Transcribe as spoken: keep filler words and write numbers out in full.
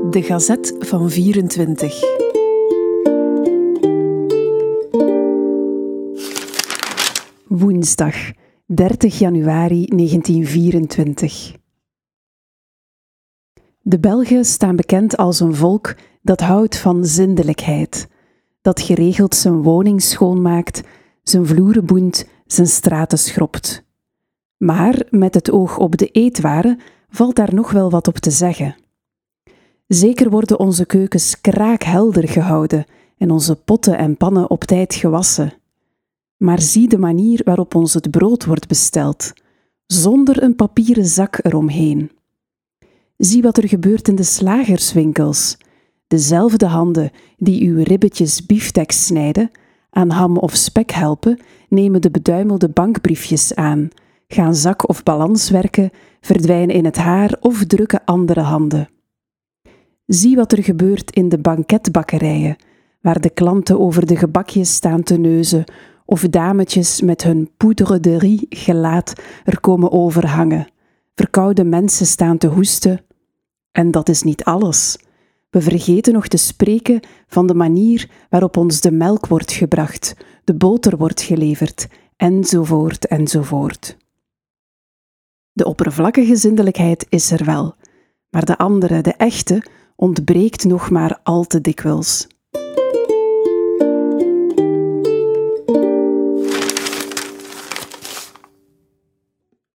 De Gazet van vierentwintig. Woensdag, dertig januari negentien vierentwintig. De Belgen staan bekend als een volk dat houdt van zindelijkheid, dat geregeld zijn woning schoonmaakt, zijn vloeren boent, zijn straten schrobt. Maar met het oog op de eetwaren valt daar nog wel wat op te zeggen. Zeker worden onze keukens kraakhelder gehouden en onze potten en pannen op tijd gewassen. Maar zie de manier waarop ons het brood wordt besteld, zonder een papieren zak eromheen. Zie wat er gebeurt in de slagerswinkels. Dezelfde handen die uw ribbetjes biefstek snijden, aan ham of spek helpen, nemen de beduimelde bankbriefjes aan, gaan zak of balans werken, verdwijnen in het haar of drukken andere handen. Zie wat er gebeurt in de banketbakkerijen, waar de klanten over de gebakjes staan te neuzen of dametjes met hun poudre de riz gelaat er komen overhangen. Verkoude mensen staan te hoesten. En dat is niet alles. We vergeten nog te spreken van de manier waarop ons de melk wordt gebracht, de boter wordt geleverd, enzovoort enzovoort. De oppervlakkige zindelijkheid is er wel, maar de andere, de echte, ontbreekt nog maar al te dikwijls.